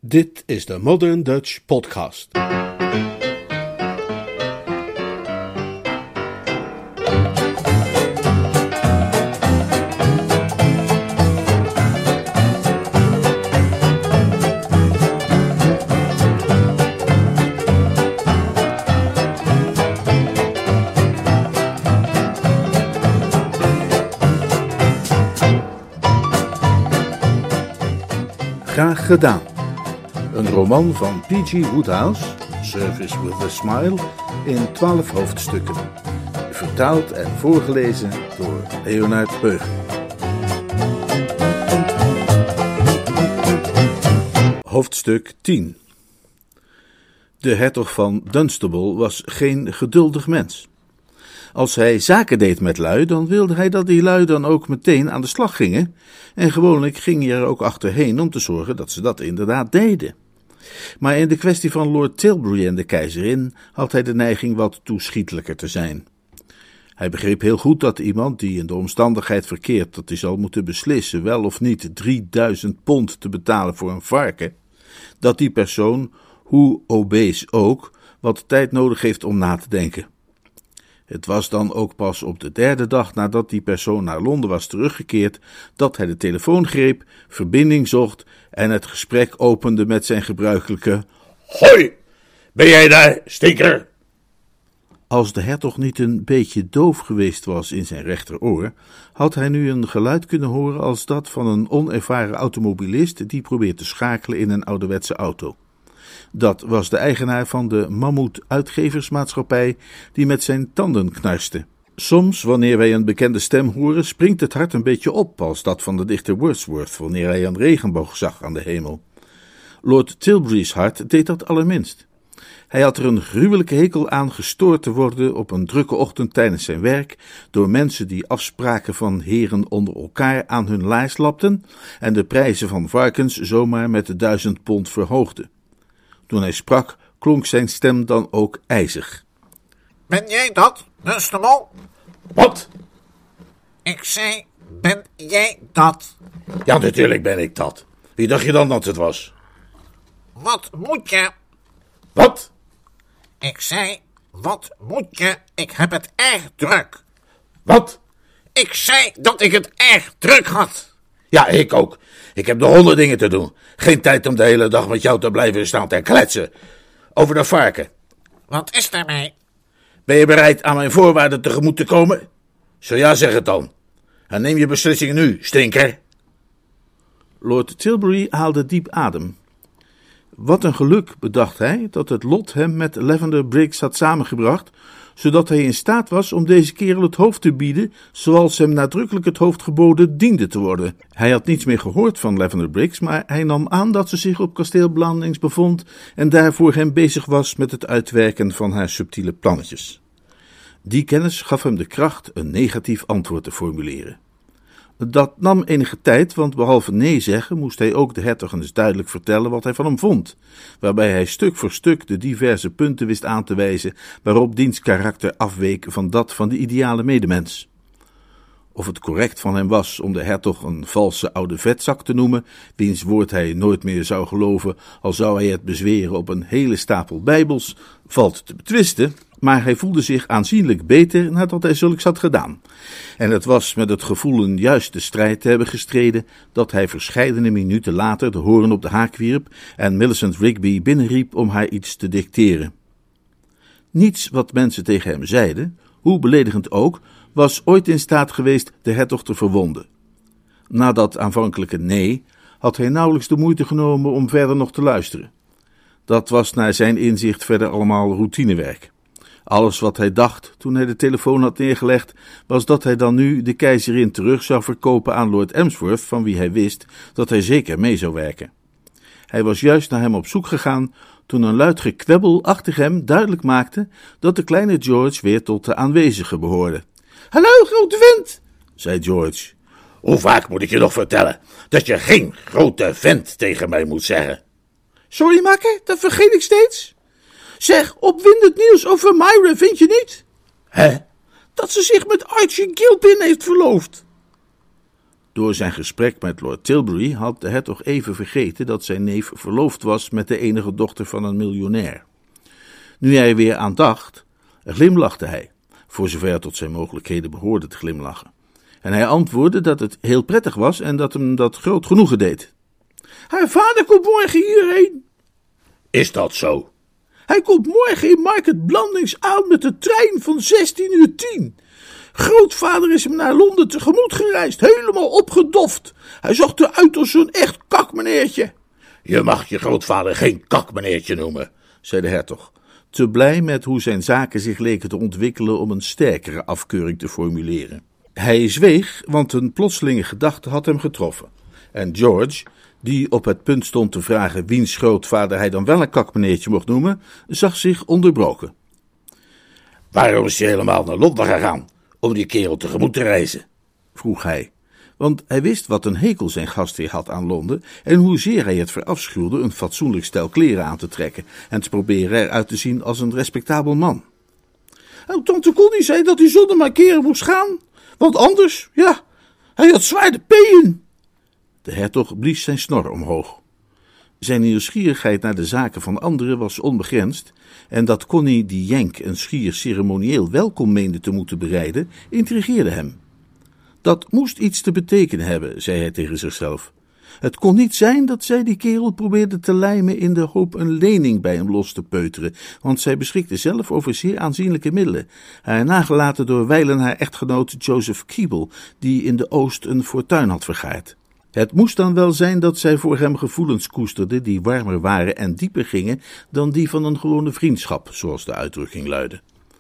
Dit is de Modern Dutch Podcast. Graag gedaan. Een roman van P.G. Wodehouse, Service with a Smile, in 12 hoofdstukken. Vertaald en voorgelezen door Leonard Peug. Hoofdstuk 10. De hertog van Dunstable was geen geduldig mens. Als hij zaken deed met lui, dan wilde hij dat die lui dan ook meteen aan de slag gingen, en gewoonlijk ging hij er ook achterheen om te zorgen dat ze dat inderdaad deden. Maar in de kwestie van Lord Tilbury en de keizerin had hij de neiging wat toeschietelijker te zijn. Hij begreep heel goed dat iemand die in de omstandigheid verkeert dat hij zal moeten beslissen wel of niet 3000 pond te betalen voor een varken, dat die persoon, hoe obese ook, wat tijd nodig heeft om na te denken. Het was dan ook pas op de derde dag nadat die persoon naar Londen was teruggekeerd, dat hij de telefoon greep, verbinding zocht en het gesprek opende met zijn gebruikelijke "Hoi, ben jij daar, stinker?" Als de hertog niet een beetje doof geweest was in zijn rechteroor, had hij nu een geluid kunnen horen als dat van een onervaren automobilist die probeert te schakelen in een ouderwetse auto. Dat was de eigenaar van de Mammoet Uitgeversmaatschappij die met zijn tanden knarste. Soms, wanneer wij een bekende stem horen, springt het hart een beetje op, als dat van de dichter Wordsworth, wanneer hij een regenboog zag aan de hemel. Lord Tilbury's hart deed dat allerminst. Hij had er een gruwelijke hekel aan gestoord te worden op een drukke ochtend tijdens zijn werk, door mensen die afspraken van heren onder elkaar aan hun laars lapten en de prijzen van varkens zomaar met 1000 pond verhoogden. Toen hij sprak, klonk zijn stem dan ook ijzig. Ben jij dat, Dunstable? Wat? Ik zei, ben jij dat? Ja, natuurlijk ben ik dat. Wie dacht je dan dat het was? Wat moet je? Wat? Ik zei, wat moet je? Ik heb het erg druk. Wat? Ik zei dat ik het erg druk had. Ja, ik ook. Ik heb 100 dingen te doen. Geen tijd om de hele dag met jou te blijven staan te kletsen. Over dat varken. Wat is daarmee? Ben je bereid aan mijn voorwaarden tegemoet te komen? Zo ja, zeg het dan. En neem je beslissing nu, stinker. Lord Tilbury haalde diep adem. Wat een geluk, bedacht hij, dat het lot hem met Lavender Briggs had samengebracht, zodat hij in staat was om deze kerel het hoofd te bieden, zoals hem nadrukkelijk het hoofd geboden diende te worden. Hij had niets meer gehoord van Lavender Briggs, maar hij nam aan dat ze zich op kasteel Blandings bevond en daarvoor hem bezig was met het uitwerken van haar subtiele plannetjes. Die kennis gaf hem de kracht een negatief antwoord te formuleren. Dat nam enige tijd, want behalve nee zeggen moest hij ook de hertog eens duidelijk vertellen wat hij van hem vond, waarbij hij stuk voor stuk de diverse punten wist aan te wijzen waarop diens karakter afweek van dat van de ideale medemens. Of het correct van hem was om de hertog een valse oude vetzak te noemen, wiens woord hij nooit meer zou geloven, al zou hij het bezweren op een hele stapel bijbels, valt te betwisten, maar hij voelde zich aanzienlijk beter nadat hij zulks had gedaan. En het was met het gevoel een juiste strijd te hebben gestreden, dat hij verscheidene minuten later de hoorn op de haak wierp en Millicent Rigby binnenriep om haar iets te dicteren. Niets wat mensen tegen hem zeiden, hoe beledigend ook, was ooit in staat geweest de hertog te verwonden. Na dat aanvankelijke nee had hij nauwelijks de moeite genomen om verder nog te luisteren. Dat was naar zijn inzicht verder allemaal routinewerk. Alles wat hij dacht toen hij de telefoon had neergelegd, was dat hij dan nu de keizerin terug zou verkopen aan Lord Emsworth, van wie hij wist dat hij zeker mee zou werken. Hij was juist naar hem op zoek gegaan toen een luid gekwebbel achter hem duidelijk maakte dat de kleine George weer tot de aanwezigen behoorde. "Hallo, grote vent," zei George. "Hoe vaak moet ik je nog vertellen dat je geen grote vent tegen mij moet zeggen?" "Sorry, makker, dat vergeet ik steeds." "Zeg, opwindend nieuws over Myra, vind je niet?" "Hè?" "Dat ze zich met Archie Gilpin heeft verloofd." Door zijn gesprek met Lord Tilbury had de hertog even vergeten dat zijn neef verloofd was met de enige dochter van een miljonair. Nu hij weer aan dacht, glimlachte hij, voor zover tot zijn mogelijkheden behoorde te glimlachen. En hij antwoordde dat het heel prettig was en dat hem dat groot genoegen deed. Haar vader komt morgen hierheen. Is dat zo? Hij komt morgen in Market Blandings aan met de trein van 16:10. Grootvader is hem naar Londen tegemoet gereisd, helemaal opgedoft. Hij zag eruit als een echt kakmeneertje. Je mag je grootvader geen kakmeneertje noemen, zei de hertog, te blij met hoe zijn zaken zich leken te ontwikkelen om een sterkere afkeuring te formuleren. Hij zweeg, want een plotselinge gedachte had hem getroffen. En George, die op het punt stond te vragen wiens grootvader hij dan wel een kakmeneertje mocht noemen, zag zich onderbroken. Waarom is hij helemaal naar Londen gegaan, om die kerel tegemoet te reizen? Vroeg hij, want hij wist wat een hekel zijn gastheer had aan Londen en hoezeer hij het verafschuwde een fatsoenlijk stel kleren aan te trekken en te proberen eruit te zien als een respectabel man. En tante Connie zei dat hij zonder markeren moest gaan, want anders, ja, hij had zwaar de peeën. De hertog blies zijn snor omhoog. Zijn nieuwsgierigheid naar de zaken van anderen was onbegrensd, en dat Connie die Jenk een schier ceremonieel welkom meende te moeten bereiden, intrigeerde hem. Dat moest iets te betekenen hebben, zei hij tegen zichzelf. Het kon niet zijn dat zij die kerel probeerde te lijmen in de hoop een lening bij hem los te peuteren, want zij beschikte zelf over zeer aanzienlijke middelen, haar nagelaten door wijlen haar echtgenoot Joseph Keble, die in de Oost een fortuin had vergaard. Het moest dan wel zijn dat zij voor hem gevoelens koesterde die warmer waren en dieper gingen dan die van een gewone vriendschap, zoals de uitdrukking luidde.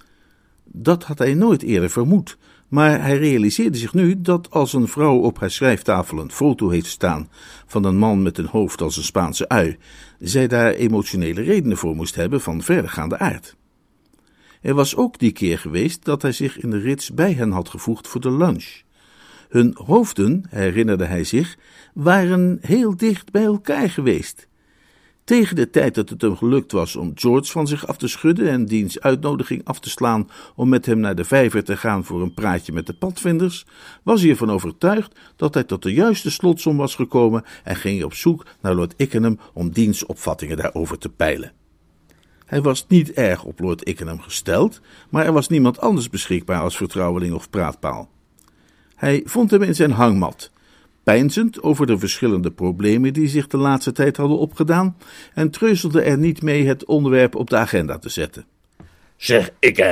Dat had hij nooit eerder vermoed, maar hij realiseerde zich nu dat als een vrouw op haar schrijftafel een foto heeft staan van een man met een hoofd als een Spaanse ui, zij daar emotionele redenen voor moest hebben van verdergaande aard. Er was ook die keer geweest dat hij zich in de rits bij hen had gevoegd voor de lunch. Hun hoofden, herinnerde hij zich, waren heel dicht bij elkaar geweest. Tegen de tijd dat het hem gelukt was om George van zich af te schudden en diens uitnodiging af te slaan om met hem naar de vijver te gaan voor een praatje met de padvinders, was hij ervan overtuigd dat hij tot de juiste slotsom was gekomen en ging op zoek naar Lord Ickenham om diens opvattingen daarover te peilen. Hij was niet erg op Lord Ickenham gesteld, maar er was niemand anders beschikbaar als vertrouweling of praatpaal. Hij vond hem in zijn hangmat, peinzend over de verschillende problemen die zich de laatste tijd hadden opgedaan, en treuzelde er niet mee het onderwerp op de agenda te zetten. Zeg,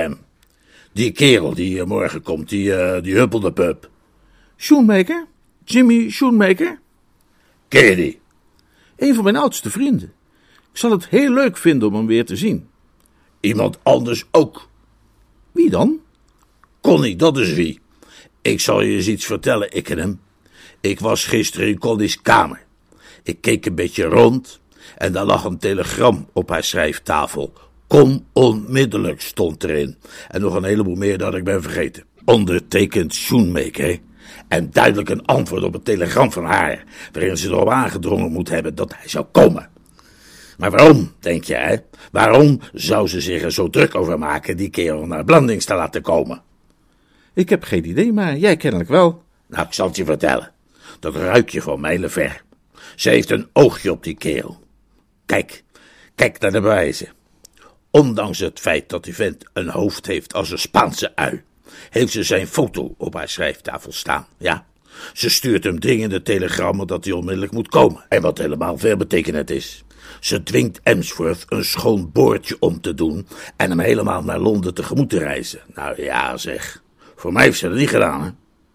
die kerel die hier morgen komt, die huppelde pup. Schoenmaker? Jimmy Schoenmaker? Ken je die? Een van mijn oudste vrienden. Ik zal het heel leuk vinden om hem weer te zien. Iemand anders ook. Wie dan? Connie, dat is wie. Ik zal je eens iets vertellen, Ickenham. Ik was gisteren in Connie's kamer. Ik keek een beetje rond en daar lag een telegram op haar schrijftafel. Kom onmiddellijk, stond erin. En nog een heleboel meer dat ik ben vergeten. Ondertekend Schoenmaker. En duidelijk een antwoord op het telegram van haar, waarin ze erop aangedrongen moet hebben dat hij zou komen. Maar waarom, denk je, hè? Waarom zou ze zich er zo druk over maken die kerel naar Blandings te laten komen? Ik heb geen idee, maar jij kennelijk wel. Nou, ik zal het je vertellen. Dat ruik je van mijlenver. Ze heeft een oogje op die kerel. Kijk naar de bewijzen. Ondanks het feit dat die vent een hoofd heeft als een Spaanse ui, heeft ze zijn foto op haar schrijftafel staan, ja. Ze stuurt hem dringende telegrammen dat hij onmiddellijk moet komen. En wat helemaal veelbetekenend is, ze dwingt Emsworth een schoon boordje om te doen en hem helemaal naar Londen tegemoet te reizen. Nou ja, zeg. Voor mij heeft ze dat niet gedaan, hè.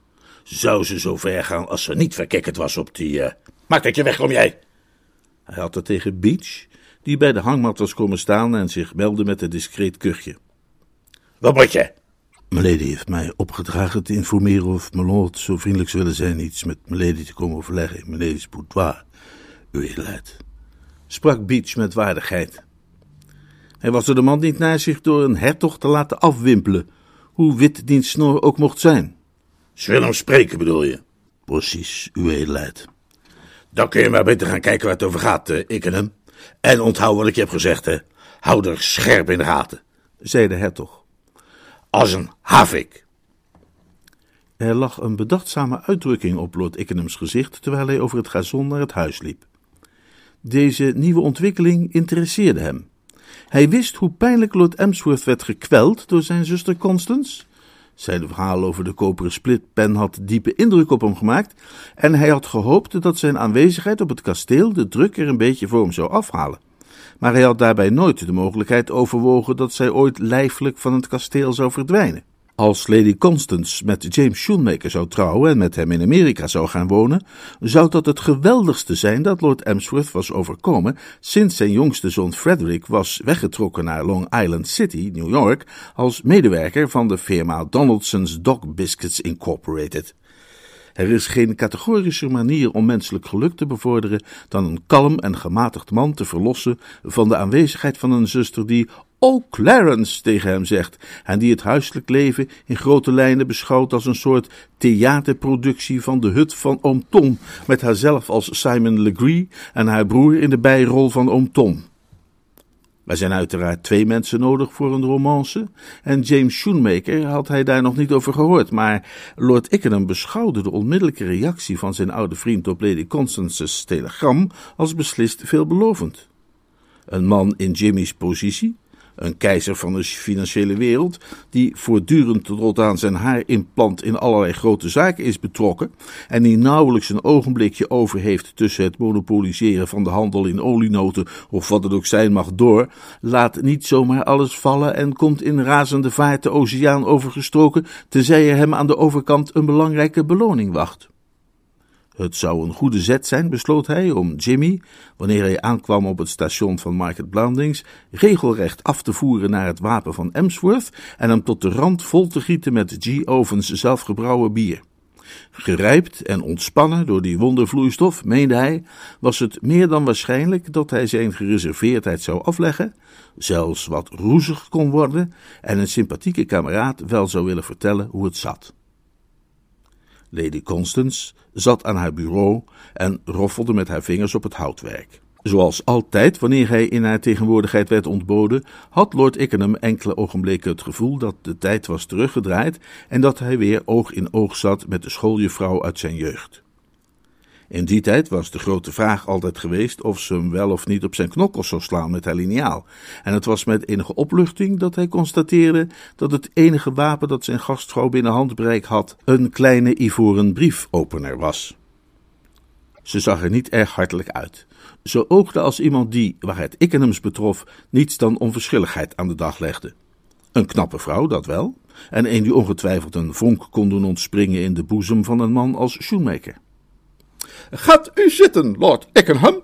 Zou ze zo ver gaan als ze niet verkekkerd was op die... Maak dat je wegkom, jij! Hij had het tegen Beach, die bij de hangmat was komen staan en zich meldde met een discreet kuchje. Wat moet je? Milady heeft mij opgedragen te informeren of Milord zo vriendelijk zou willen zijn iets met Milady te komen overleggen in Milady's boudoir, uw edelheid, sprak Beach met waardigheid. Hij was er de man niet naar zich door een hertog te laten afwimpelen, hoe wit diens snor ook mocht zijn. Ze wil hem spreken, bedoel je? Precies, uw edelheid. Dan kun je maar beter gaan kijken waar het over gaat, Ickenham. En onthoud wat ik je heb gezegd, hè. Hou er scherp in de gaten, zei de hertog. Als een havik. Er lag een bedachtzame uitdrukking op Lord Ickenham's gezicht terwijl hij over het gazon naar het huis liep. Deze nieuwe ontwikkeling interesseerde hem. Hij wist hoe pijnlijk Lord Emsworth werd gekweld door zijn zuster Constance. Zijn verhaal over de koperen splitpen had diepe indruk op hem gemaakt en hij had gehoopt dat zijn aanwezigheid op het kasteel de druk er een beetje voor hem zou afhalen. Maar hij had daarbij nooit de mogelijkheid overwogen dat zij ooit lijfelijk van het kasteel zou verdwijnen. Als Lady Constance met James Schoenmaker zou trouwen en met hem in Amerika zou gaan wonen, zou dat het geweldigste zijn dat Lord Emsworth was overkomen sinds zijn jongste zoon Frederick was weggetrokken naar Long Island City, New York, als medewerker van de firma Donaldson's Dog Biscuits Incorporated. Er is geen categorischer manier om menselijk geluk te bevorderen dan een kalm en gematigd man te verlossen van de aanwezigheid van een zuster die "Oh, Clarence" tegen hem zegt en die het huiselijk leven in grote lijnen beschouwt als een soort theaterproductie van de hut van oom Tom, met haarzelf als Simon Legree en haar broer in de bijrol van oom Tom. Er zijn uiteraard 2 mensen nodig voor een romance, en James Schoenmaker had hij daar nog niet over gehoord, maar Lord Ickenham beschouwde de onmiddellijke reactie van zijn oude vriend op Lady Constance's telegram als beslist veelbelovend. Een man in Jimmy's positie, een keizer van de financiële wereld, die voortdurend tot aan zijn haarimplant in allerlei grote zaken is betrokken en die nauwelijks een ogenblikje over heeft tussen het monopoliseren van de handel in olienoten of wat het ook zijn mag door, laat niet zomaar alles vallen en komt in razende vaart de oceaan overgestoken, tenzij er hem aan de overkant een belangrijke beloning wacht. Het zou een goede zet zijn, besloot hij, om Jimmy, wanneer hij aankwam op het station van Market Blandings, regelrecht af te voeren naar het wapen van Emsworth en hem tot de rand vol te gieten met G. Ovens zelfgebrouwen bier. Gerijpt en ontspannen door die wondervloeistof, meende hij, was het meer dan waarschijnlijk dat hij zijn gereserveerdheid zou afleggen, zelfs wat roezig kon worden en een sympathieke kameraad wel zou willen vertellen hoe het zat. Lady Constance zat aan haar bureau en roffelde met haar vingers op het houtwerk. Zoals altijd, wanneer hij in haar tegenwoordigheid werd ontboden, had Lord Ickenham enkele ogenblikken het gevoel dat de tijd was teruggedraaid en dat hij weer oog in oog zat met de schooljuffrouw uit zijn jeugd. In die tijd was de grote vraag altijd geweest of ze hem wel of niet op zijn knokkels zou slaan met haar liniaal, en het was met enige opluchting dat hij constateerde dat het enige wapen dat zijn gastvrouw binnen handbereik had een kleine ivoren briefopener was. Ze zag er niet erg hartelijk uit. Ze oogde als iemand die, waar het Ickenhams betrof, niets dan onverschilligheid aan de dag legde. Een knappe vrouw, dat wel, en een die ongetwijfeld een vonk kon doen ontspringen in de boezem van een man als Schoenmaker. Gaat u zitten, Lord Ickenham.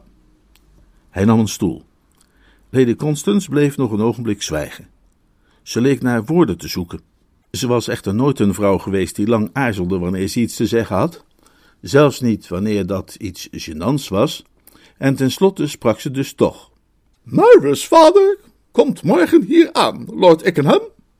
Hij nam een stoel. Lady Constance bleef nog een ogenblik zwijgen. Ze leek naar woorden te zoeken. Ze was echter nooit een vrouw geweest die lang aarzelde wanneer ze iets te zeggen had, zelfs niet wanneer dat iets gênants was, en tenslotte sprak ze dus toch. Myra's vader komt morgen hier aan, Lord Ickenham.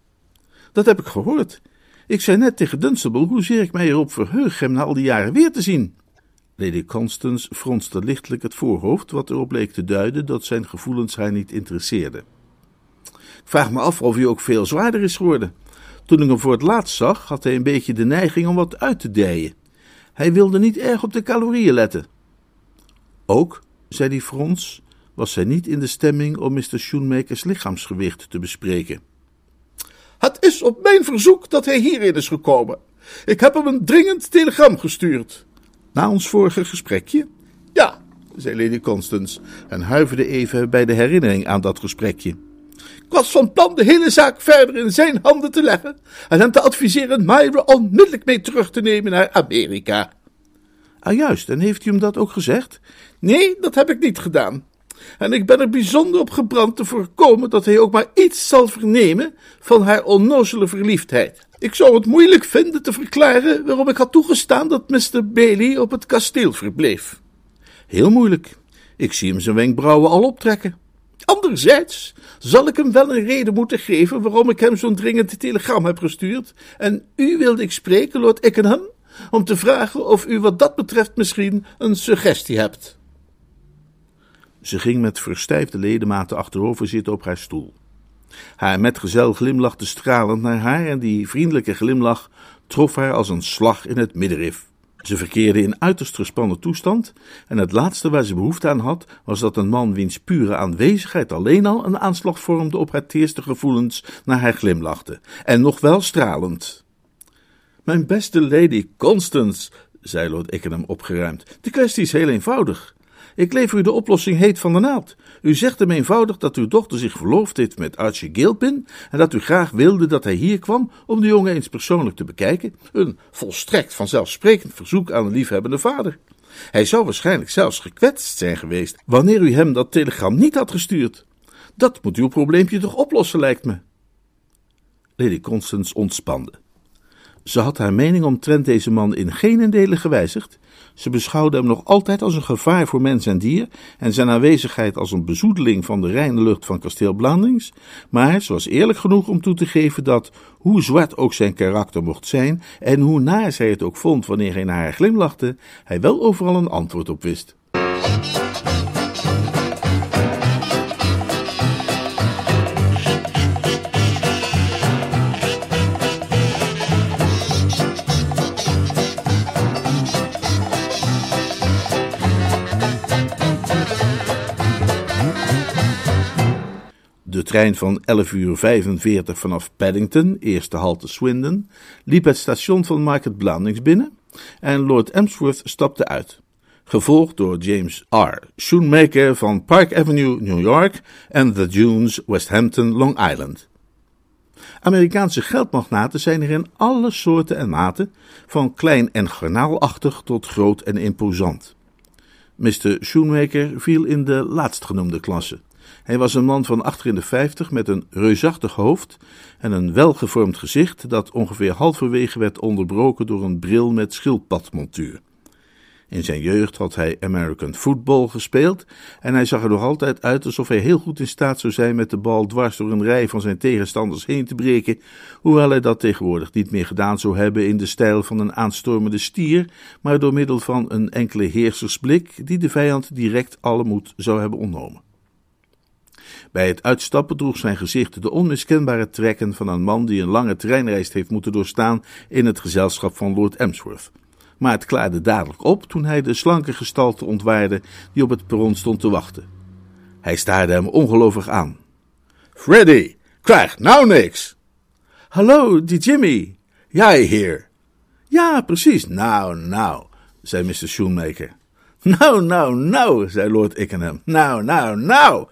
Dat heb ik gehoord. Ik zei net tegen Dunstable hoezeer ik mij erop verheug hem na al die jaren weer te zien. Lady Constance fronste lichtelijk het voorhoofd, wat erop leek te duiden dat zijn gevoelens haar niet interesseerden. Ik vraag me af of hij ook veel zwaarder is geworden. Toen ik hem voor het laatst zag, had hij een beetje de neiging om wat uit te dijen. Hij wilde niet erg op de calorieën letten. Ook, zei die frons, was zij niet in de stemming om Mr. Schoenmakers lichaamsgewicht te bespreken. Het is op mijn verzoek dat hij hierin is gekomen. Ik heb hem een dringend telegram gestuurd. Na ons vorige gesprekje? Ja, zei Lady Constance en huiverde even bij de herinnering aan dat gesprekje. Ik was van plan de hele zaak verder in zijn handen te leggen en hem te adviseren Myra onmiddellijk mee terug te nemen naar Amerika. Ah juist, en heeft u hem dat ook gezegd? Nee, dat heb ik niet gedaan. En ik ben er bijzonder op gebrand te voorkomen dat hij ook maar iets zal vernemen van haar onnozele verliefdheid. Ik zou het moeilijk vinden te verklaren waarom ik had toegestaan dat Mr. Bailey op het kasteel verbleef. Heel moeilijk. Ik zie hem zijn wenkbrauwen al optrekken. Anderzijds zal ik hem wel een reden moeten geven waarom ik hem zo'n dringend telegram heb gestuurd. En u wilde ik spreken, Lord Ickenham, om te vragen of u wat dat betreft misschien een suggestie hebt. Ze ging met verstijfde ledematen achterover zitten op haar stoel. Haar metgezel glimlachte stralend naar haar en die vriendelijke glimlach trof haar als een slag in het middenrif. Ze verkeerde in uiterst gespannen toestand en het laatste waar ze behoefte aan had, was dat een man wiens pure aanwezigheid alleen al een aanslag vormde op haar teerste gevoelens naar haar glimlachte, en nog wel stralend. Mijn beste Lady Constance, zei Lord Ickenham opgeruimd, de kwestie is heel eenvoudig. Ik lever u de oplossing heet van de naald. U zegt hem eenvoudig dat uw dochter zich verloofd heeft met Archie Gilpin en dat u graag wilde dat hij hier kwam om de jongen eens persoonlijk te bekijken. Een volstrekt vanzelfsprekend verzoek aan een liefhebbende vader. Hij zou waarschijnlijk zelfs gekwetst zijn geweest wanneer u hem dat telegram niet had gestuurd. Dat moet uw probleempje toch oplossen, lijkt me. Lady Constance ontspande. Ze had haar mening omtrent deze man in geen dele gewijzigd. Ze beschouwde hem nog altijd als een gevaar voor mens en dier en zijn aanwezigheid als een bezoedeling van de reine lucht van kasteel Blandings, maar ze was eerlijk genoeg om toe te geven dat, hoe zwart ook zijn karakter mocht zijn en hoe naar zij het ook vond wanneer hij naar haar glimlachte, hij wel overal een antwoord op wist. De trein van 11:45 vanaf Paddington, eerste halte Swindon, liep het station van Market Blandings binnen en Lord Emsworth stapte uit, gevolgd door James R. Schoenmaker van Park Avenue, New York en The Dunes, West Hampton, Long Island. Amerikaanse geldmagnaten zijn er in alle soorten en maten, van klein en garnaalachtig tot groot en imposant. Mr. Schoenmaker viel in de laatstgenoemde klasse. Hij was een man van achter in de 50 met een reusachtig hoofd en een welgevormd gezicht dat ongeveer halverwege werd onderbroken door een bril met schildpadmontuur. In zijn jeugd had hij American football gespeeld en hij zag er nog altijd uit alsof hij heel goed in staat zou zijn met de bal dwars door een rij van zijn tegenstanders heen te breken, hoewel hij dat tegenwoordig niet meer gedaan zou hebben in de stijl van een aanstormende stier, maar door middel van een enkele heersersblik die de vijand direct alle moed zou hebben ontnomen. Bij het uitstappen droeg zijn gezicht de onmiskenbare trekken van een man die een lange treinreis heeft moeten doorstaan in het gezelschap van Lord Emsworth. Maar het klaarde dadelijk op toen hij de slanke gestalte ontwaarde die op het perron stond te wachten. Hij staarde hem ongelovig aan. Freddy, krijg nou niks. Hallo, die Jimmy. Jij hier. Ja, precies. Nou, zei Mr. Schoenmaker. Nou, zei Lord Ickenham. Nou,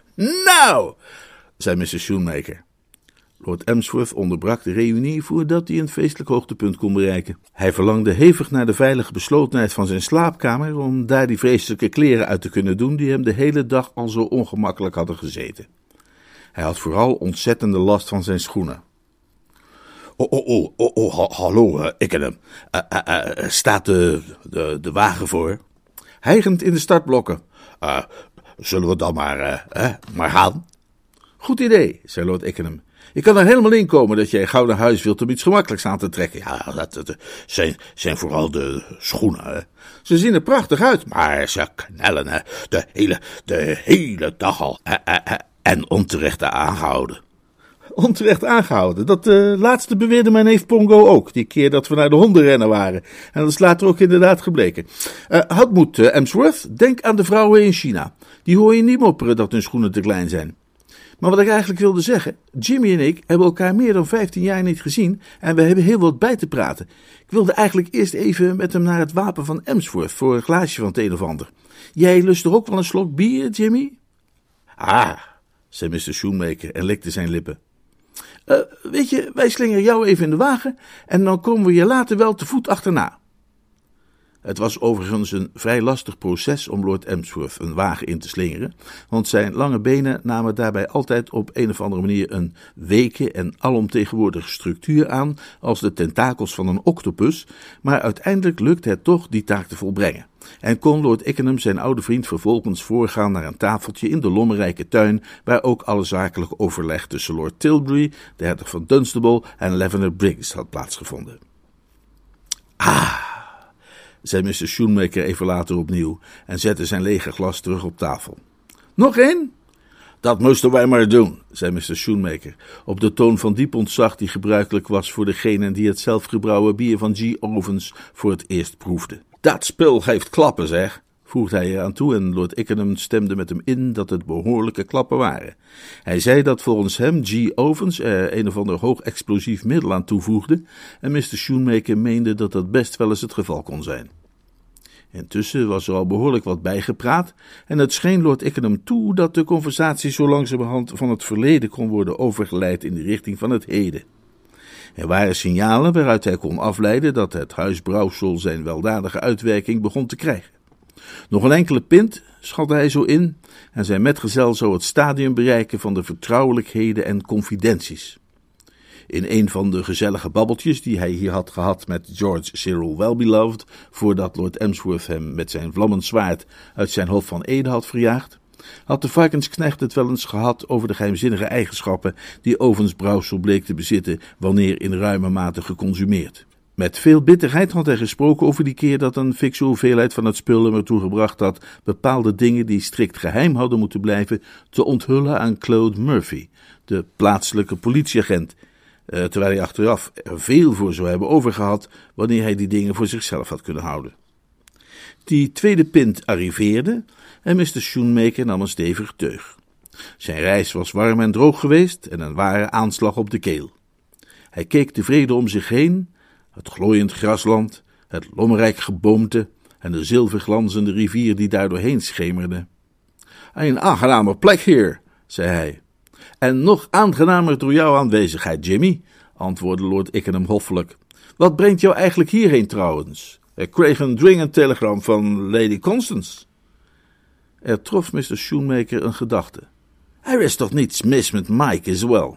zei Mr. Schoenmaker. Lord Emsworth onderbrak de reunie voordat hij een feestelijk hoogtepunt kon bereiken. Hij verlangde hevig naar de veilige beslotenheid van zijn slaapkamer om daar die vreselijke kleren uit te kunnen doen die hem de hele dag al zo ongemakkelijk hadden gezeten. Hij had vooral ontzettende last van zijn schoenen. Hallo, Ickenham. Staat de wagen voor? Hijgend in de startblokken. Zullen we dan maar gaan? Goed idee, zei Lord Ickenham. Je kan er helemaal in komen dat jij gauw naar huis wilt om iets gemakkelijks aan te trekken. Ja, dat zijn vooral de schoenen. Hè. Ze zien er prachtig uit, maar ze knellen hè. De hele dag al. En onterecht aangehouden. Onterecht aangehouden. Dat laatste beweerde mijn neef Pongo ook, die keer dat we naar de hondenrennen waren. En dat is later ook inderdaad gebleken. Houd moed, Emsworth. Denk aan de vrouwen in China. Die hoor je niet mopperen dat hun schoenen te klein zijn. Maar wat ik eigenlijk wilde zeggen, Jimmy en ik hebben elkaar meer dan 15 jaar niet gezien en we hebben heel wat bij te praten. Ik wilde eigenlijk eerst even met hem naar het wapen van Emsworth voor een glaasje van het een of ander. Jij lust toch ook wel een slok bier, Jimmy? Ah, zei Mr. Schoenmaker en likte zijn lippen. Weet je, wij slingeren jou even in de wagen en dan komen we je later wel te voet achterna. Het was overigens een vrij lastig proces om Lord Emsworth een wagen in te slingeren, want zijn lange benen namen daarbij altijd op een of andere manier een weke en alomtegenwoordige structuur aan als de tentakels van een octopus, maar uiteindelijk lukte het toch die taak te volbrengen. En kon Lord Ickenham zijn oude vriend vervolgens voorgaan naar een tafeltje in de lommerrijke tuin, waar ook alle zakelijke overleg tussen Lord Tilbury, de hertog van Dunstable en Lavender Briggs had plaatsgevonden. Zei Mr. Schoenmaker even later opnieuw en zette zijn lege glas terug op tafel. Nog één? Dat moesten wij maar doen, zei Mr. Schoenmaker, op de toon van diep ontzag die gebruikelijk was voor degenen die het zelfgebrouwen bier van G. Ovens voor het eerst proefden. Dat spul geeft klappen, zeg, voegde hij eraan toe en Lord Ickenham stemde met hem in dat het behoorlijke klappen waren. Hij zei dat volgens hem G. Ovens er een of ander hoog-explosief middel aan toevoegde en Mr. Schoenmaker meende dat dat best wel eens het geval kon zijn. Intussen was er al behoorlijk wat bijgepraat en het scheen Lord Ickenham toe dat de conversatie zo langzamerhand van het verleden kon worden overgeleid in de richting van het heden. Er waren signalen waaruit hij kon afleiden dat het huisbrouwsel zijn weldadige uitwerking begon te krijgen. Nog een enkele pint, schatte hij zo in, en zijn metgezel zou het stadium bereiken van de vertrouwelijkheden en confidenties. In een van de gezellige babbeltjes die hij hier had gehad met George Cyril Wellbeloved, voordat Lord Emsworth hem met zijn vlammend zwaard uit zijn hof van Ede had verjaagd, had de varkensknecht het wel eens gehad over de geheimzinnige eigenschappen die Ovens brouwsel bleek te bezitten wanneer in ruime mate geconsumeerd. Met veel bitterheid had hij gesproken over die keer dat een fikse hoeveelheid van het spul hem ertoe gebracht had bepaalde dingen die strikt geheim hadden moeten blijven te onthullen aan Claude Murphy, de plaatselijke politieagent, terwijl hij achteraf er veel voor zou hebben overgehad wanneer hij die dingen voor zichzelf had kunnen houden. Die tweede pint arriveerde en Mr. Schoenmaker nam een stevige teug. Zijn reis was warm en droog geweest en een ware aanslag op de keel. Hij keek tevreden om zich heen, het glooiend grasland, het lommerrijk geboomte en de zilverglanzende rivier die daar doorheen schemerde. Een aangename plek hier, zei hij. En nog aangenamer door jouw aanwezigheid, Jimmy, antwoordde Lord Ickenham hoffelijk. Wat brengt jou eigenlijk hierheen trouwens? Ik kreeg een dringend telegram van Lady Constance. Er trof Mr. Schoenmaker een gedachte. Er is toch niets mis met Mike as well?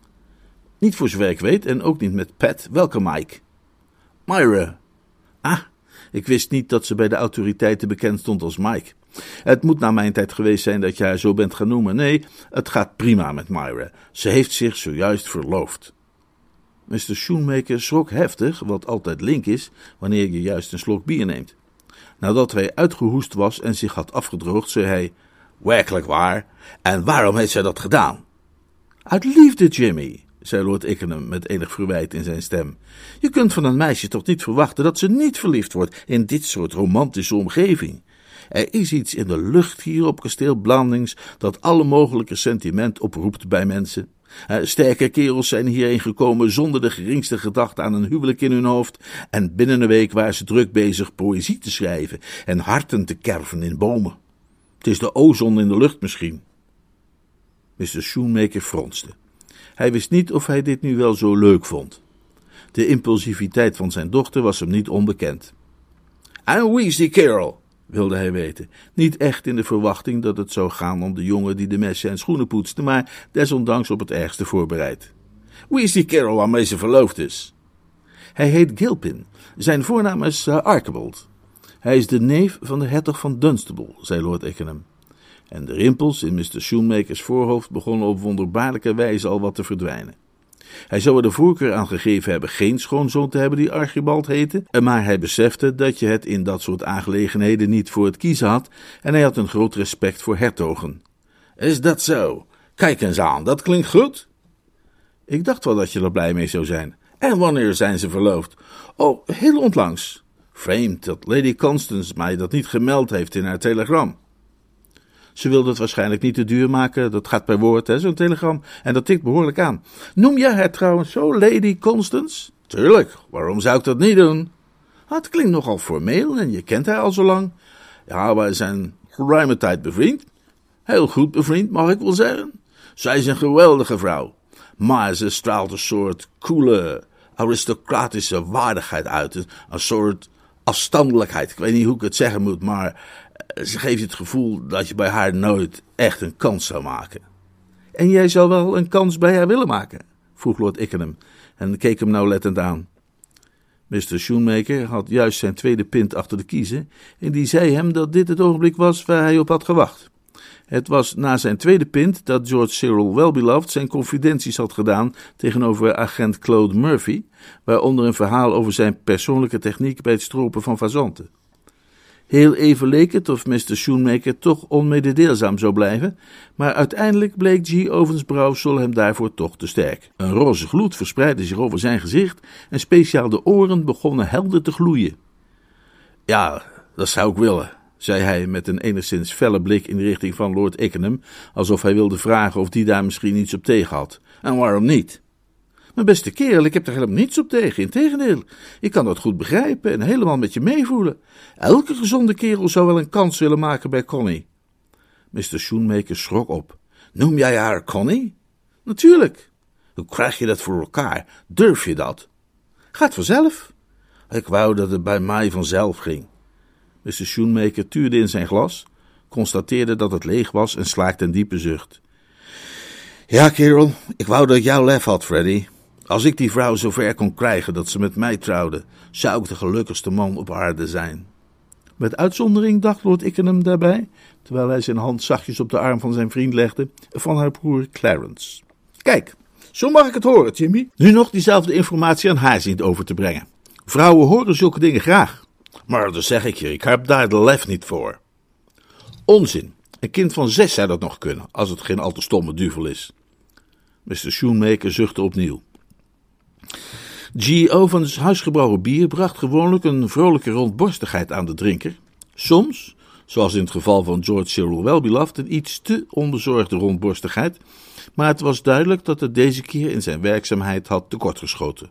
Niet voor zover ik weet en ook niet met Pat. Welke Mike? Myra. Ah, ik wist niet dat ze bij de autoriteiten bekend stond als Mike. Het moet na mijn tijd geweest zijn dat je haar zo bent gaan noemen. Nee, het gaat prima met Myra. Ze heeft zich zojuist verloofd. Mr. Schoenmaker schrok heftig, wat altijd link is, wanneer je juist een slok bier neemt. Nadat hij uitgehoest was en zich had afgedroogd, zei hij, werkelijk waar? En waarom heeft zij dat gedaan? Uit liefde, Jimmy, zei Lord Ickenham met enig verwijt in zijn stem. Je kunt van een meisje toch niet verwachten dat ze niet verliefd wordt in dit soort romantische omgeving. Er is iets in de lucht hier op kasteel Blandings dat alle mogelijke sentiment oproept bij mensen. Sterke kerels zijn hierheen gekomen zonder de geringste gedachte aan een huwelijk in hun hoofd en binnen een week waren ze druk bezig poëzie te schrijven en harten te kerven in bomen. Het is de ozon in de lucht misschien. Mr. Schoenmaker fronste. Hij wist niet of hij dit nu wel zo leuk vond. De impulsiviteit van zijn dochter was hem niet onbekend. En wie is die kerel? Wilde hij weten. Niet echt in de verwachting dat het zou gaan om de jongen die de messen en schoenen poetste, maar desondanks op het ergste voorbereid. Wie is die kerel waarmee ze verloofd is? Hij heet Gilpin. Zijn voornaam is Archibald. Hij is de neef van de hertog van Dunstable, zei Lord Ickenham. En de rimpels in Mr. Schoenmakers voorhoofd begonnen op wonderbaarlijke wijze al wat te verdwijnen. Hij zou er de voorkeur aan gegeven hebben geen schoonzoon te hebben die Archibald heette, maar hij besefte dat je het in dat soort aangelegenheden niet voor het kiezen had en hij had een groot respect voor hertogen. Is dat zo? Kijk eens aan, dat klinkt goed. Ik dacht wel dat je er blij mee zou zijn. En wanneer zijn ze verloofd? Oh, heel onlangs. Vreemd dat Lady Constance mij dat niet gemeld heeft in haar telegram. Ze wilde het waarschijnlijk niet te duur maken, dat gaat per woord, zo'n telegram, en dat tikt behoorlijk aan. Noem jij haar trouwens zo, Lady Constance? Tuurlijk, waarom zou ik dat niet doen? Het klinkt nogal formeel en je kent haar al zo lang. Ja, wij zijn geruime tijd bevriend. Heel goed bevriend, mag ik wel zeggen. Zij is een geweldige vrouw, maar ze straalt een soort koele, aristocratische waardigheid uit, een soort afstandelijkheid. Ik weet niet hoe ik het zeggen moet, maar ze geeft je het gevoel dat je bij haar nooit echt een kans zou maken. En jij zou wel een kans bij haar willen maken? Vroeg Lord Ickenham en keek hem nauwlettend aan. Mr. Schoenmaker had juist zijn tweede pint achter de kiezen en die zei hem dat dit het ogenblik was waar hij op had gewacht. Het was na zijn tweede pint dat George Cyril Wellbeloved zijn confidenties had gedaan tegenover agent Claude Murphy, waaronder een verhaal over zijn persoonlijke techniek bij het stropen van fazanten. Heel even leek het of Mr. Schoenmaker toch onmededeelzaam zou blijven, maar uiteindelijk bleek G. Ovens brouwsel hem daarvoor toch te sterk. Een roze gloed verspreidde zich over zijn gezicht en speciaal de oren begonnen helder te gloeien. Ja, dat zou ik willen, zei hij met een enigszins felle blik in de richting van Lord Ickenham, alsof hij wilde vragen of die daar misschien iets op tegen had. En waarom niet? Mijn beste kerel, ik heb er helemaal niets op tegen, integendeel. Ik kan dat goed begrijpen en helemaal met je meevoelen. Elke gezonde kerel zou wel een kans willen maken bij Connie. Mr. Schoenmaker schrok op. Noem jij haar Connie? Natuurlijk. Hoe krijg je dat voor elkaar? Durf je dat? Gaat vanzelf. Ik wou dat het bij mij vanzelf ging. Mr. Schoenmaker tuurde in zijn glas, constateerde dat het leeg was en slaakte een diepe zucht. Ja, kerel, ik wou dat ik jouw lef had, Freddy. Als ik die vrouw zover kon krijgen dat ze met mij trouwde, zou ik de gelukkigste man op aarde zijn. Met uitzondering, dacht Lord Ickenham daarbij, terwijl hij zijn hand zachtjes op de arm van zijn vriend legde, van haar broer Clarence. Kijk, zo mag ik het horen, Jimmy. Nu nog diezelfde informatie aan haar zien over te brengen. Vrouwen horen zulke dingen graag. Maar dan zeg ik je, ik heb daar de lef niet voor. Onzin. Een kind van 6 zou dat nog kunnen, als het geen al te stomme duvel is. Mr. Schoenmaker zuchtte opnieuw. G. Ovens huisgebrouwen bier bracht gewoonlijk een vrolijke rondborstigheid aan de drinker. Soms, zoals in het geval van George Cyril Wellbeloved, een iets te onbezorgde rondborstigheid, maar het was duidelijk dat het deze keer in zijn werkzaamheid had tekortgeschoten.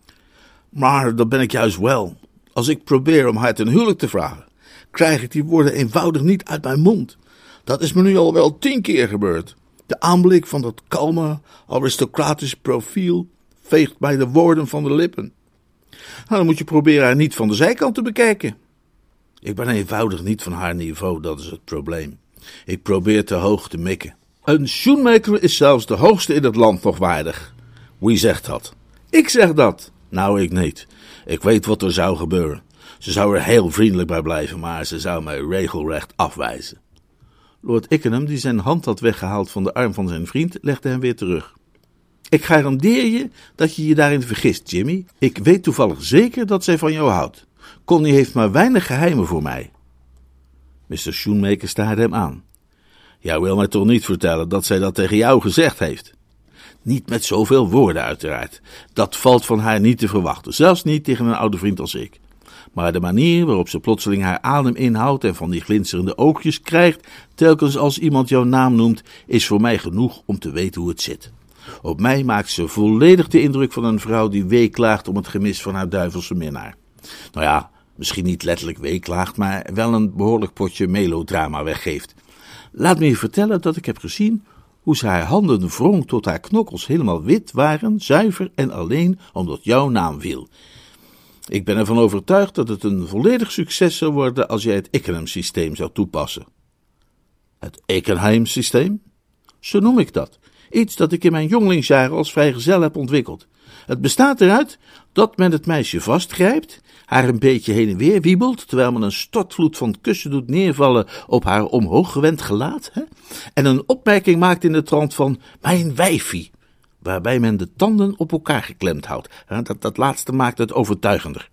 Maar dat ben ik juist wel. Als ik probeer om haar ten huwelijk te vragen, krijg ik die woorden eenvoudig niet uit mijn mond. Dat is me nu al wel 10 keer gebeurd. De aanblik van dat kalme, aristocratische profiel veegt mij de woorden van de lippen. Nou, dan moet je proberen haar niet van de zijkant te bekijken. Ik ben eenvoudig niet van haar niveau, dat is het probleem. Ik probeer te hoog te mikken. Een Schoenmaker is zelfs de hoogste in het land nog waardig. Wie zegt dat? Ik zeg dat. Nou, ik niet. Ik weet wat er zou gebeuren. Ze zou er heel vriendelijk bij blijven, maar ze zou mij regelrecht afwijzen. Lord Ickenham, die zijn hand had weggehaald van de arm van zijn vriend, legde hem weer terug. Ik garandeer je dat je je daarin vergist, Jimmy. Ik weet toevallig zeker dat zij van jou houdt. Connie heeft maar weinig geheimen voor mij. Mr. Schoenmaker staarde hem aan. Jij wil mij toch niet vertellen dat zij dat tegen jou gezegd heeft? Niet met zoveel woorden, uiteraard. Dat valt van haar niet te verwachten, zelfs niet tegen een oude vriend als ik. Maar de manier waarop ze plotseling haar adem inhoudt en van die glinsterende oogjes krijgt, telkens als iemand jouw naam noemt, is voor mij genoeg om te weten hoe het zit. Op mij maakt ze volledig de indruk van een vrouw die weeklaagt om het gemis van haar duivelse minnaar. Nou ja, misschien niet letterlijk weeklaagt, maar wel een behoorlijk potje melodrama weggeeft. Laat me je vertellen dat ik heb gezien hoe ze haar handen wrong tot haar knokkels helemaal wit waren, zuiver en alleen omdat jouw naam viel. Ik ben ervan overtuigd dat het een volledig succes zou worden als jij het Ickenham-systeem zou toepassen. Het Ickenham-systeem? Zo noem ik dat. Iets dat ik in mijn jongelingsjaren als vrijgezel heb ontwikkeld. Het bestaat eruit dat men het meisje vastgrijpt, haar een beetje heen en weer wiebelt, terwijl men een stortvloed van kussen doet neervallen op haar omhooggewend gelaat, en een opmerking maakt in de trant van mijn wijfie, waarbij men de tanden op elkaar geklemd houdt. Dat laatste maakt het overtuigender.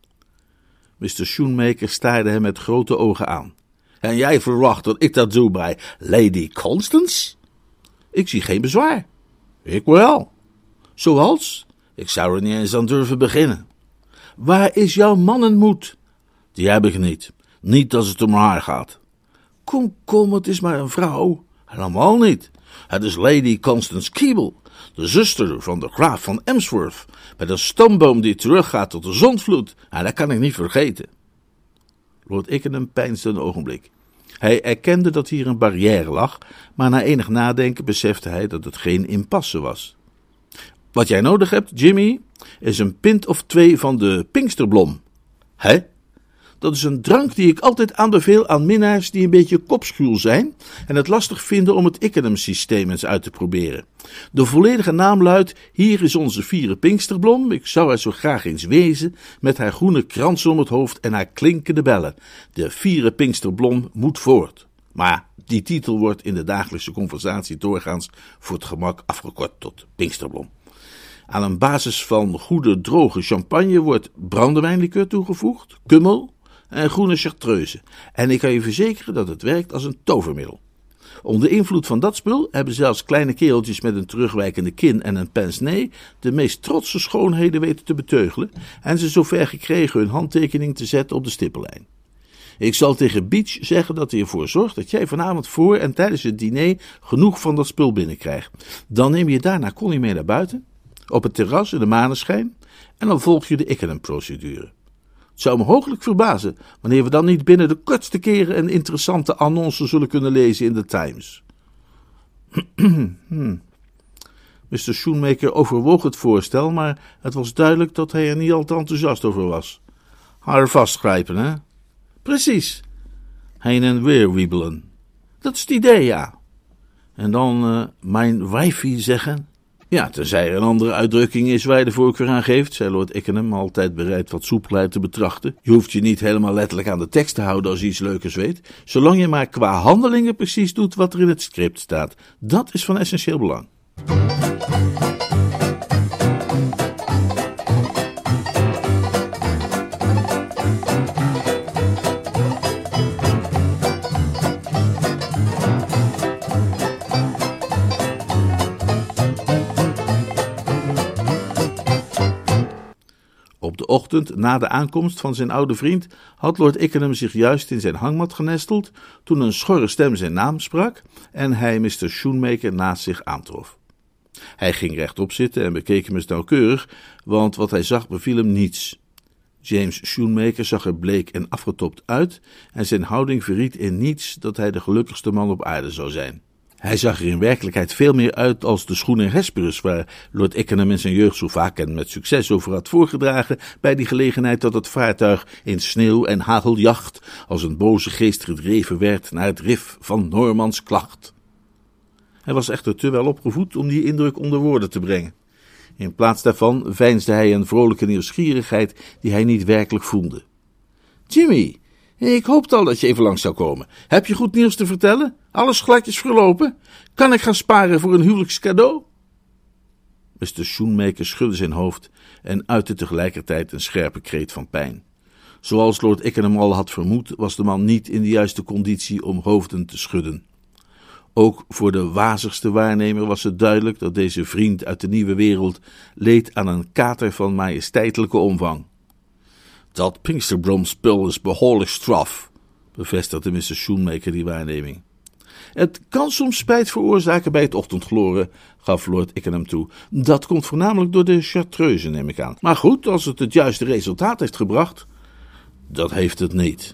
Mr. Schoenmaker staarde hem met grote ogen aan. En jij verwacht dat ik dat doe bij Lady Constance? Ik zie geen bezwaar. Ik wel. Zoals? Ik zou er niet eens aan durven beginnen. Waar is jouw mannenmoed? Die heb ik niet. Niet als het om haar gaat. Kom, het is maar een vrouw. Helemaal niet. Het is Lady Constance Keble, de zuster van de graaf van Emsworth, met een stamboom die teruggaat tot de zondvloed. En dat kan ik niet vergeten. Lord Ickenham peinsde een ogenblik. Hij erkende dat hier een barrière lag, maar na enig nadenken besefte hij dat het geen impasse was. Wat jij nodig hebt, Jimmy, is een pint of 2 van de Pinksterblom. Hè? Dat is een drank die ik altijd aanbeveel aan minnaars die een beetje kopschuw zijn en het lastig vinden om het Ickenham-systeem eens uit te proberen. De volledige naam luidt: hier is onze Vieren Pinksterblom, ik zou er zo graag eens wezen, met haar groene krans om het hoofd en haar klinkende bellen. De Vieren Pinksterblom moet voort. Maar die titel wordt in de dagelijkse conversatie doorgaans voor het gemak afgekort tot Pinksterblom. Aan een basis van goede droge champagne wordt brandewijnlikeur toegevoegd, kummel, en groene chartreuse. En ik kan je verzekeren dat het werkt als een tovermiddel. Onder invloed van dat spul hebben zelfs kleine kereltjes met een terugwijkende kin en een pince-nez de meest trotse schoonheden weten te beteugelen en ze zover gekregen hun handtekening te zetten op de stippellijn. Ik zal tegen Beach zeggen dat hij ervoor zorgt dat jij vanavond voor en tijdens het diner genoeg van dat spul binnenkrijgt. Dan neem je daarna Connie mee naar buiten, op het terras in de maneschijn, en dan volg je de Ickenham-procedure. Het zou me hooglijk verbazen wanneer we dan niet binnen de kortste keren een interessante annonce zullen kunnen lezen in de Times. Mr. Schoenmaker overwoog het voorstel, maar het was duidelijk dat hij er niet al te enthousiast over was. Haar vastgrijpen, hè? Precies. Heen en weer wiebelen. Dat is het idee, ja. En dan mijn wijfie zeggen? Ja, tenzij er een andere uitdrukking is waar je de voorkeur aan geeft, zei Lord Ickenham, altijd bereid wat soepelheid te betrachten. Je hoeft je niet helemaal letterlijk aan de tekst te houden als je iets leukers weet, zolang je maar qua handelingen precies doet wat er in het script staat. Dat is van essentieel belang. Op de ochtend na de aankomst van zijn oude vriend had Lord Ickenham zich juist in zijn hangmat genesteld toen een schorre stem zijn naam sprak en hij Mr. Schoenmaker naast zich aantrof. Hij ging rechtop zitten en bekeek hem eens nauwkeurig, want wat hij zag beviel hem niets. James Schoenmaker zag er bleek en afgetopt uit en zijn houding verried in niets dat hij de gelukkigste man op aarde zou zijn. Hij zag er in werkelijkheid veel meer uit als de schoen en Hesperus, waar Lord Ickenham in zijn jeugd zo vaak en met succes over had voorgedragen, bij die gelegenheid dat het vaartuig in sneeuw en hageljacht als een boze geest gedreven werd naar het rif van Normans klacht. Hij was echter te wel opgevoed om die indruk onder woorden te brengen. In plaats daarvan veinsde hij een vrolijke nieuwsgierigheid die hij niet werkelijk voelde. Jimmy, ik hoopte al dat je even langs zou komen. Heb je goed nieuws te vertellen? Alles gladjes verlopen? Kan ik gaan sparen voor een huwelijkscadeau? Mr. Schoenmaker schudde zijn hoofd en uitte tegelijkertijd een scherpe kreet van pijn. Zoals Lord Ickenham al had vermoed, was de man niet in de juiste conditie om hoofden te schudden. Ook voor de wazigste waarnemer was het duidelijk dat deze vriend uit de nieuwe wereld leed aan een kater van majesteitelijke omvang. Dat Pinksterblom-spul is behoorlijk straf, bevestigde Mr. Schoenmaker die waarneming. Het kan soms spijt veroorzaken bij het ochtendgloren, gaf Lord Ickenham toe. Dat komt voornamelijk door de chartreuse, neem ik aan. Maar goed, als het juiste resultaat heeft gebracht. Dat heeft het niet.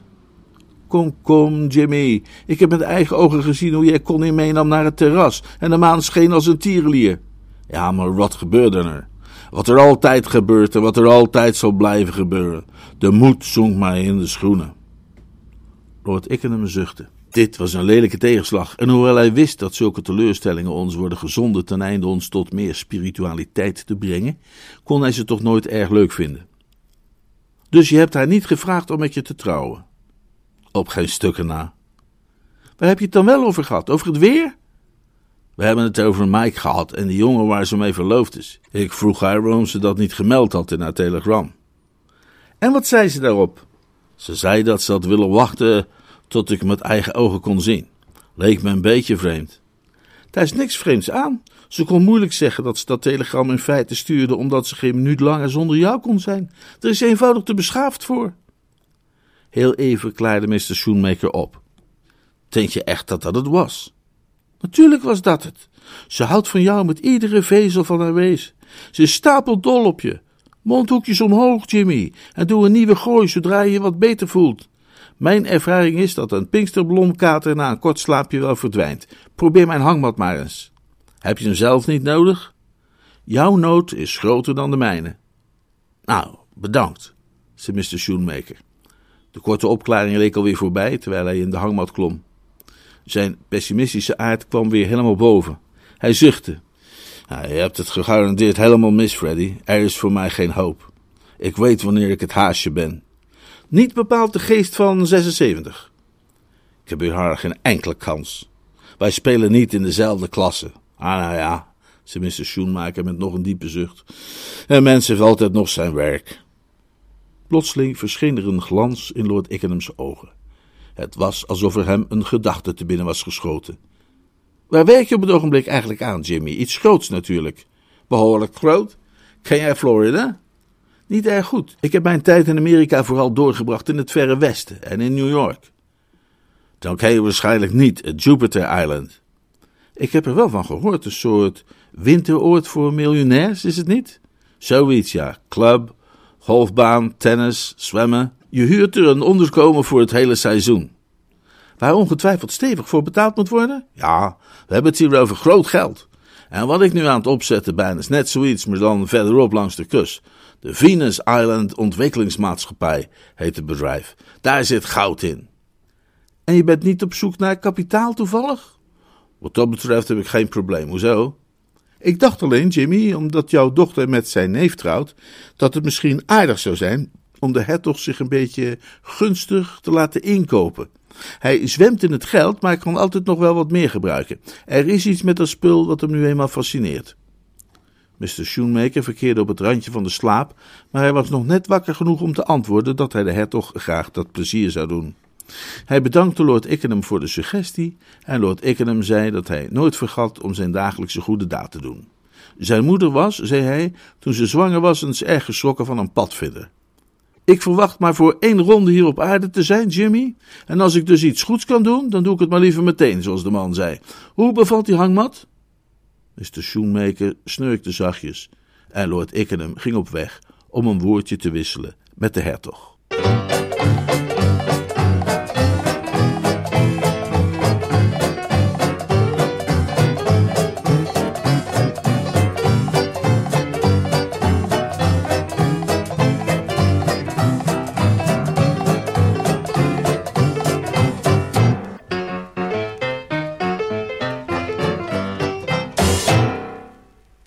Kom, Jimmy. Ik heb met eigen ogen gezien hoe jij Connie meenam naar het terras en de maan scheen als een tierenlier. Ja, maar wat gebeurde er? Wat er altijd gebeurt en wat er altijd zal blijven gebeuren. De moed zonk mij in de schoenen. Lord Ickenham zuchtte. Dit was een lelijke tegenslag, en hoewel hij wist dat zulke teleurstellingen ons worden gezonden ten einde ons tot meer spiritualiteit te brengen, kon hij ze toch nooit erg leuk vinden. Dus je hebt haar niet gevraagd om met je te trouwen? Op geen stukken na. Waar heb je het dan wel over gehad? Over het weer? We hebben het over Mike gehad en die jongen waar ze mee verloofd is. Ik vroeg haar waarom ze dat niet gemeld had in haar telegram. En wat zei ze daarop? Ze zei dat ze had willen wachten tot ik met eigen ogen kon zien. Leek me een beetje vreemd. Daar is niks vreemds aan. Ze kon moeilijk zeggen dat ze dat telegram in feite stuurde omdat ze geen minuut langer zonder jou kon zijn. Er is eenvoudig te beschaafd voor. Heel even klaarde Mr. Schoenmaker op. Denk je echt dat dat het was? Natuurlijk was dat het. Ze houdt van jou met iedere vezel van haar wezen. Ze is stapeldol op je. Mondhoekjes omhoog, Jimmy, en doe een nieuwe gooi zodra je je wat beter voelt. Mijn ervaring is dat een Pinksterblomkater na een kort slaapje wel verdwijnt. Probeer mijn hangmat maar eens. Heb je hem zelf niet nodig? Jouw nood is groter dan de mijne. Nou, bedankt, zei Mr. Schoenmaker. De korte opklaring leek alweer voorbij, terwijl hij in de hangmat klom. Zijn pessimistische aard kwam weer helemaal boven. Hij zuchtte. Nou, je hebt het gegarandeerd helemaal mis, Freddy. Er is voor mij geen hoop. Ik weet wanneer ik het haasje ben. Niet bepaald de geest van 76. Ik heb bij haar geen enkele kans. Wij spelen niet in dezelfde klasse. Ah, nou ja, zei Mr. Schoenmaker met nog een diepe zucht. Een mens heeft altijd nog zijn werk. Plotseling verscheen er een glans in Lord Ickenham's ogen. Het was alsof er hem een gedachte te binnen was geschoten. Waar werk je op het ogenblik eigenlijk aan, Jimmy? Iets groots natuurlijk. Behoorlijk groot. Ken jij Florida? Niet erg goed. Ik heb mijn tijd in Amerika vooral doorgebracht in het Verre Westen en in New York. Dan ken je waarschijnlijk niet het Jupiter Island. Ik heb er wel van gehoord, een soort winteroord voor miljonairs, is het niet? Zoiets, ja. Club, golfbaan, tennis, zwemmen. Je huurt er een onderkomen voor het hele seizoen. Waar ongetwijfeld stevig voor betaald moet worden? Ja, we hebben het hier over groot geld. En wat ik nu aan het opzetten ben, is net zoiets, maar dan verderop langs de kust. De Venus Island Ontwikkelingsmaatschappij heet het bedrijf. Daar zit goud in. En je bent niet op zoek naar kapitaal toevallig? Wat dat betreft heb ik geen probleem. Hoezo? Ik dacht alleen, Jimmy, omdat jouw dochter met zijn neef trouwt, dat het misschien aardig zou zijn om de hertog zich een beetje gunstig te laten inkopen. Hij zwemt in het geld, maar kan altijd nog wel wat meer gebruiken. Er is iets met dat spul dat hem nu eenmaal fascineert. Mr. Schoenmaker verkeerde op het randje van de slaap, maar hij was nog net wakker genoeg om te antwoorden dat hij de hertog graag dat plezier zou doen. Hij bedankte Lord Ickenham voor de suggestie en Lord Ickenham zei dat hij nooit vergat om zijn dagelijkse goede daad te doen. Zijn moeder was, zei hij, toen ze zwanger was eens erg geschrokken van een padvinder. Ik verwacht maar voor 1 ronde hier op aarde te zijn, Jimmy. En als ik dus iets goeds kan doen, dan doe ik het maar liever meteen, zoals de man zei. Hoe bevalt die hangmat? Mr. Schoenmaker snurkte zachtjes en Lord Ickenham ging op weg om een woordje te wisselen met de hertog.